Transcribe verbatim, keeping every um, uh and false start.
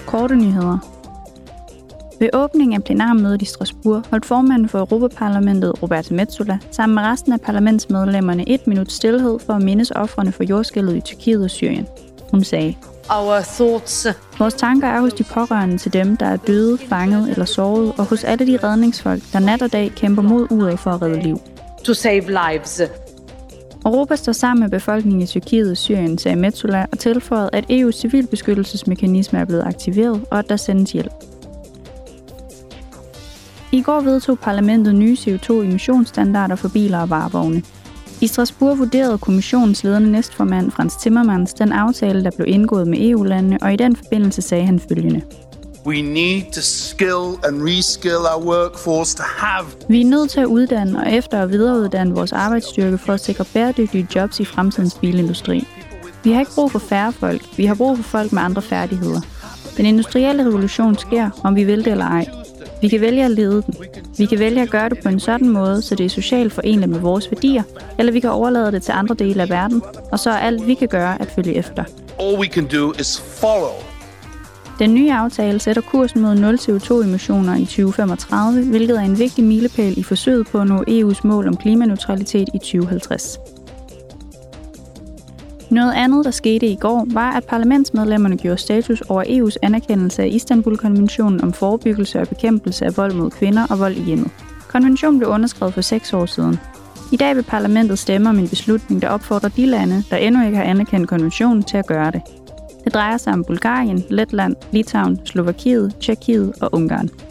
korte nyheder. Ved åbningen af plenarmødet i Strasbourg holdt formanden for Europaparlamentet, Roberta Metsola, sammen med resten af parlamentsmedlemmerne et minut stilhed for at mindes ofrene for jordskælvet i Tyrkiet og Syrien. Hun sagde: Our thoughts. Vores tanker er hos de pårørende til dem, der er døde, fanget eller såret, og hos alle de redningsfolk, der nat og dag kæmper mod uret for at redde liv. To save lives. Europa står sammen med befolkningen i Tyrkiet og Syrien, sagde Metsola, og tilføjede, at E U's civilbeskyttelsesmekanisme er blevet aktiveret, og at der sendes hjælp. I går vedtog parlamentet nye C O to emissionsstandarder for biler og varevogne. I Strasbourg vurderede kommissionens ledende næstformand Frans Timmermans den aftale, der blev indgået med E U-landene, og i den forbindelse sagde han følgende: We need to skill and reskill our workforce to have. Vi er nødt til at uddanne og efter- og videreuddanne vores arbejdsstyrke for at sikre bæredygtige jobs i fremtidens bilindustri. Vi har ikke brug for færre folk, vi har brug for folk med andre færdigheder. Den industrielle revolution sker, om vi vil det eller ej. Vi kan vælge at lede den. Vi kan vælge at gøre det på en sådan måde, så det er socialt foreneligt med vores værdier, eller vi kan overlade det til andre dele af verden, og så er alt, vi kan gøre, at følge efter. All we can do is follow. Den nye aftale sætter kursen mod nul C O to emissioner i tyve femogtredive, hvilket er en vigtig milepæl i forsøget på at nå E U's mål om klimaneutralitet i tyve halvtreds. Noget andet, der skete i går, var, at parlamentsmedlemmerne gjorde status over E U's anerkendelse af Istanbul-konventionen om forebyggelse og bekæmpelse af vold mod kvinder og vold i hjemmet. Konventionen blev underskrevet for seks år siden. I dag vil parlamentet stemme om en beslutning, der opfordrer de lande, der endnu ikke har anerkendt konventionen, til at gøre det. Det drejer sig om Bulgarien, Letland, Litauen, Slovakiet, Tjekkiet og Ungarn.